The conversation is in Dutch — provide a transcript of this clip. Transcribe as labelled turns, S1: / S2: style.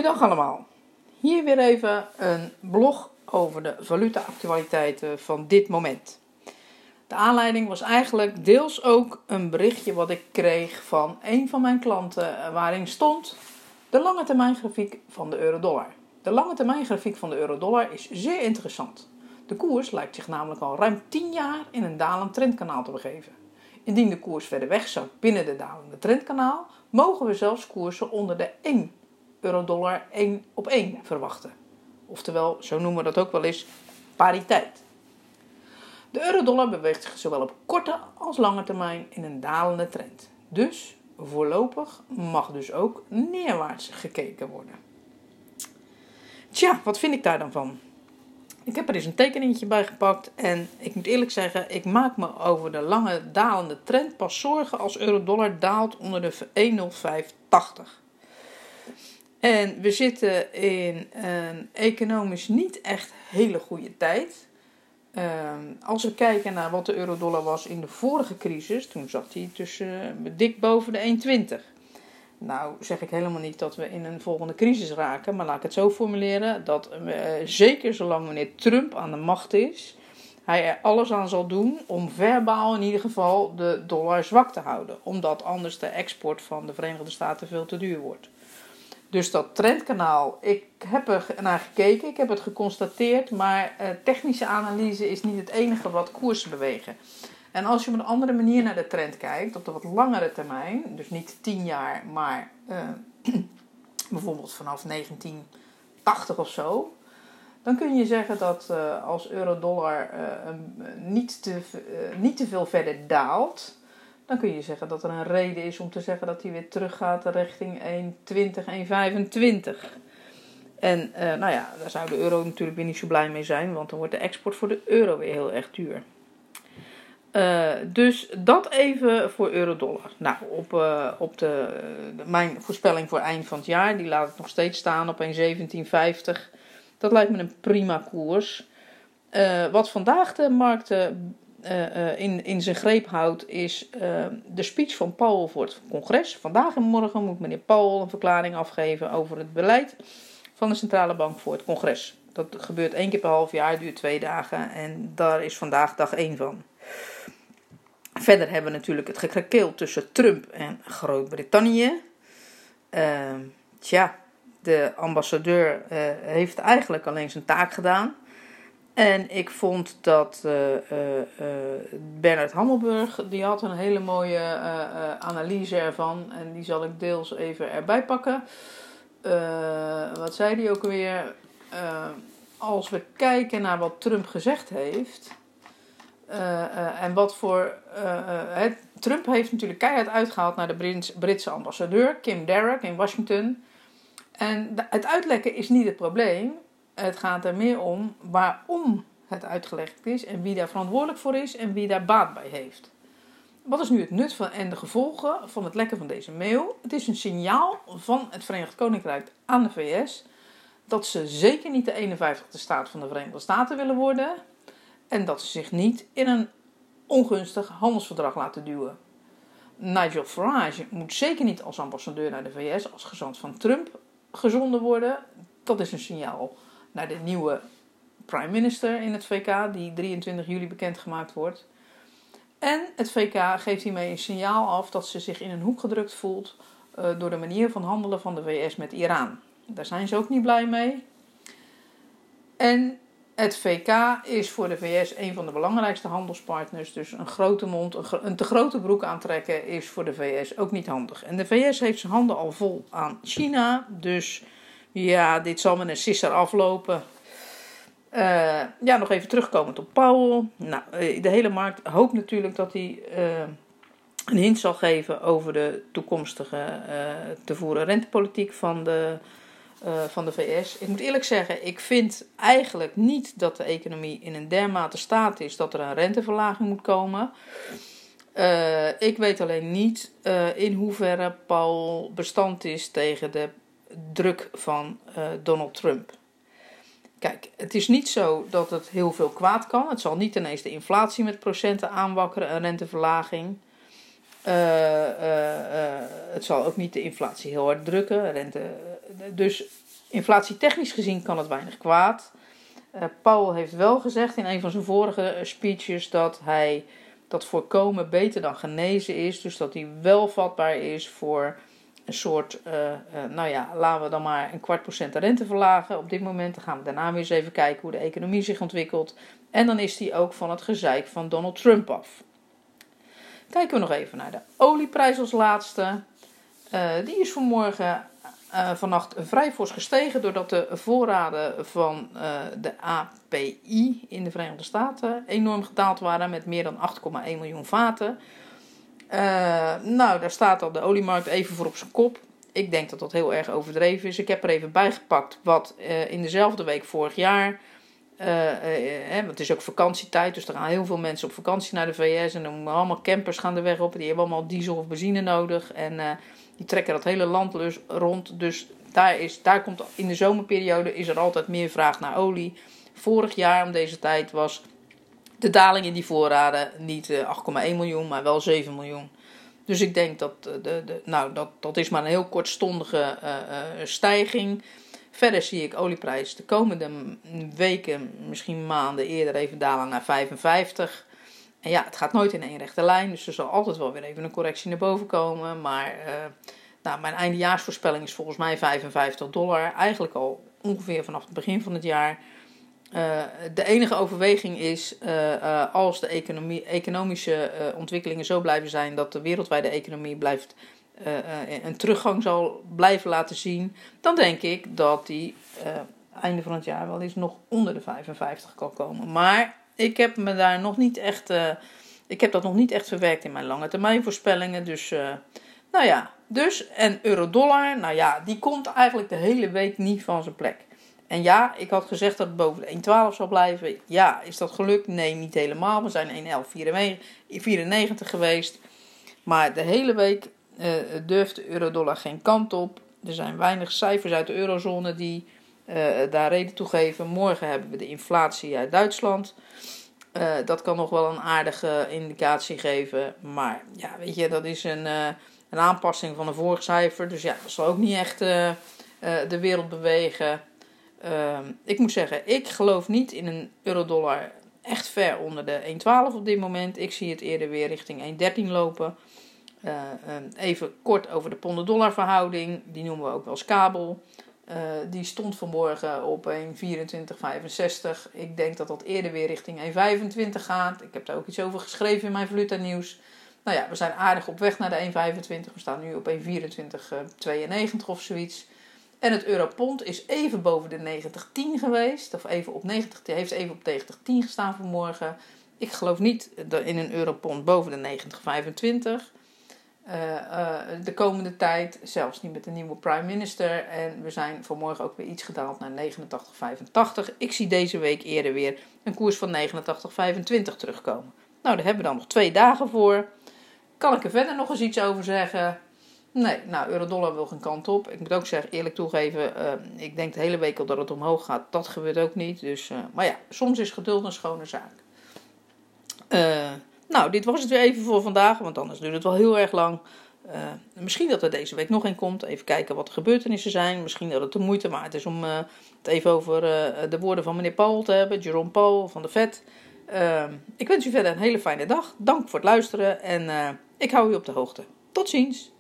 S1: Goeiedag allemaal. Hier weer even een blog over de valuta-actualiteiten van dit moment. De aanleiding was eigenlijk deels ook een berichtje wat ik kreeg van een van mijn klanten waarin stond de lange termijn grafiek van de euro-dollar. De lange termijn grafiek van de euro-dollar is zeer interessant. De koers lijkt zich namelijk al ruim 10 jaar in een dalend trendkanaal te begeven. Indien de koers verder wegzakt binnen de dalende trendkanaal, mogen we zelfs koersen onder de 1 euro-dollar 1 op 1 verwachten. Oftewel, zo noemen we dat ook wel eens, pariteit. De euro-dollar beweegt zich zowel op korte als lange termijn in een dalende trend. Dus voorlopig mag dus ook neerwaarts gekeken worden. Tja, wat vind ik daar dan van? Ik heb er eens een tekeningetje bij gepakt en ik moet eerlijk zeggen, ik maak me over de lange dalende trend pas zorgen als euro-dollar daalt onder de 1,0580. En we zitten in een economisch niet echt hele goede tijd. Als we kijken naar wat de euro-dollar was in de vorige crisis, toen zat hij dik boven de 1,20. Nou zeg ik helemaal niet dat we in een volgende crisis raken, maar laat ik het zo formuleren dat zeker zolang meneer Trump aan de macht is, hij er alles aan zal doen om verbaal in ieder geval de dollar zwak te houden. Omdat anders de export van de Verenigde Staten veel te duur wordt. Dus dat trendkanaal, ik heb er naar gekeken, ik heb het geconstateerd, maar technische analyse is niet het enige wat koersen bewegen. En als je op een andere manier naar de trend kijkt, op de wat langere termijn, dus niet 10 jaar, maar bijvoorbeeld vanaf 1980 of zo, dan kun je zeggen dat als euro-dollar niet te veel verder daalt, dan kun je zeggen dat er een reden is om te zeggen dat hij weer teruggaat richting 1,20, 1,25. En daar zou de euro natuurlijk weer niet zo blij mee zijn, want dan wordt de export voor de euro weer heel erg duur. Dus dat even voor euro-dollar. Nou, mijn voorspelling voor eind van het jaar, die laat ik nog steeds staan op 1,1750. Dat lijkt me een prima koers. Wat vandaag de markten in zijn greep houdt, is de speech van Powell voor het congres. Vandaag en morgen moet meneer Powell een verklaring afgeven over het beleid van de centrale bank voor het congres. Dat gebeurt 1 keer per half jaar, duurt 2 dagen en daar is vandaag dag 1 van. Verder hebben we natuurlijk het gekrakeel tussen Trump en Groot-Brittannië. De ambassadeur heeft eigenlijk alleen zijn taak gedaan. En ik vond dat Bernard Hammelburg, die had een hele mooie analyse ervan. En die zal ik deels even erbij pakken. Wat zei hij ook alweer? Als we kijken naar wat Trump gezegd heeft. En wat voor... Trump heeft natuurlijk keihard uitgehaald naar de Britse ambassadeur, Kim Darroch in Washington. En het uitlekken is niet het probleem. Het gaat er meer om waarom het uitgelekt is en wie daar verantwoordelijk voor is en wie daar baat bij heeft. Wat is nu het nut van en de gevolgen van het lekken van deze mail? Het is een signaal van het Verenigd Koninkrijk aan de VS dat ze zeker niet de 51ste staat van de Verenigde Staten willen worden en dat ze zich niet in een ongunstig handelsverdrag laten duwen. Nigel Farage moet zeker niet als ambassadeur naar de VS, als gezant van Trump, gezonden worden. Dat is een signaal naar de nieuwe prime minister in het VK, die 23 juli bekendgemaakt wordt. En het VK geeft hiermee een signaal af dat ze zich in een hoek gedrukt voelt door de manier van handelen van de VS met Iran. Daar zijn ze ook niet blij mee. En het VK is voor de VS een van de belangrijkste handelspartners. Dus een grote mond, een te grote broek aantrekken is voor de VS ook niet handig. En de VS heeft zijn handen al vol aan China. Dus ja, dit zal met een sisser aflopen. Nog even terugkomend op Powell. Nou, de hele markt hoopt natuurlijk dat hij een hint zal geven over de toekomstige te voeren rentepolitiek van de VS. Ik moet eerlijk zeggen, ik vind eigenlijk niet dat de economie in een dermate staat is dat er een renteverlaging moet komen. Ik weet alleen niet in hoeverre Powell bestand is tegen de druk van Donald Trump. Kijk, het is niet zo dat het heel veel kwaad kan. Het zal niet ineens de inflatie met procenten aanwakkeren, een renteverlaging. Het zal ook niet de inflatie heel hard drukken. Dus inflatietechnisch gezien kan het weinig kwaad. Powell heeft wel gezegd in een van zijn vorige speeches dat voorkomen beter dan genezen is. Dus dat hij wel vatbaar is voor een soort, laten we dan maar 0,25% de rente verlagen. Op dit moment dan gaan we daarna weer eens even kijken hoe de economie zich ontwikkelt. En dan is hij ook van het gezeik van Donald Trump af. Kijken we nog even naar de olieprijs als laatste. Die is vanmorgen vannacht vrij fors gestegen doordat de voorraden van de API in de Verenigde Staten enorm gedaald waren met meer dan 8,1 miljoen vaten. Daar staat al de oliemarkt even voor op zijn kop. Ik denk dat dat heel erg overdreven is. Ik heb er even bijgepakt wat in dezelfde week vorig jaar. Want het is ook vakantietijd, dus er gaan heel veel mensen op vakantie naar de VS. En dan allemaal campers gaan de weg op. Die hebben allemaal diesel of benzine nodig. En die trekken dat hele land rond. Dus daar komt in de zomerperiode is er altijd meer vraag naar olie. Vorig jaar om deze tijd was de daling in die voorraden niet 8,1 miljoen, maar wel 7 miljoen. Dus ik denk dat is maar een heel kortstondige stijging. Verder zie ik olieprijs de komende weken, misschien maanden eerder even dalen naar 55. En ja, het gaat nooit in één rechte lijn, dus er zal altijd wel weer even een correctie naar boven komen. Maar mijn eindejaarsvoorspelling is volgens mij $55. Eigenlijk al ongeveer vanaf het begin van het jaar. De enige overweging is, als de economische ontwikkelingen zo blijven zijn dat de wereldwijde economie een teruggang zal blijven laten zien, dan denk ik dat die einde van het jaar wel eens nog onder de 55 kan komen. Maar ik heb dat nog niet echt verwerkt in mijn lange termijn voorspellingen. Dus, en euro-dollar, die komt eigenlijk de hele week niet van zijn plek. En ja, ik had gezegd dat het boven de 1,12 zal blijven. Ja, is dat gelukt? Nee, niet helemaal. We zijn 1,1194 geweest. Maar de hele week durft de euro-dollar geen kant op. Er zijn weinig cijfers uit de eurozone die daar reden toe geven. Morgen hebben we de inflatie uit Duitsland. Dat kan nog wel een aardige indicatie geven. Maar ja, weet je, dat is een aanpassing van een vorig cijfer. Dus ja, dat zal ook niet echt de wereld bewegen. Ik moet zeggen, ik geloof niet in een euro-dollar echt ver onder de 1,12 op dit moment. Ik zie het eerder weer richting 1,13 lopen. Even kort over de pond-dollar verhouding. Die noemen we ook wel eens kabel. Die stond vanmorgen op 1,2465. Ik denk dat dat eerder weer richting 1,25 gaat. Ik heb daar ook iets over geschreven in mijn valuta nieuws. Nou ja, we zijn aardig op weg naar de 1,25. We staan nu op 1,2492 of zoiets. En het euro-pond is even boven de 90,10 geweest. Of heeft even op 90,10 gestaan vanmorgen. Ik geloof niet in een euro-pond boven de 90,25. De komende tijd, zelfs niet met de nieuwe prime minister. En we zijn vanmorgen ook weer iets gedaald naar 89,85. Ik zie deze week eerder weer een koers van 89,25 terugkomen. Nou, daar hebben we dan nog 2 dagen voor. Kan ik er verder nog eens iets over zeggen? Nee, euro-dollar wil geen kant op. Ik moet ook zeggen, eerlijk toegeven, ik denk de hele week al dat het omhoog gaat. Dat gebeurt ook niet. Dus, maar ja, soms is geduld een schone zaak. Dit was het weer even voor vandaag, want anders duurt het wel heel erg lang. Misschien dat er deze week nog een komt. Even kijken wat de gebeurtenissen zijn. Misschien dat het de moeite waard is om het even over de woorden van meneer Powell te hebben. Jerome Powell van de Fed. Ik wens u verder een hele fijne dag. Dank voor het luisteren en ik hou u op de hoogte. Tot ziens.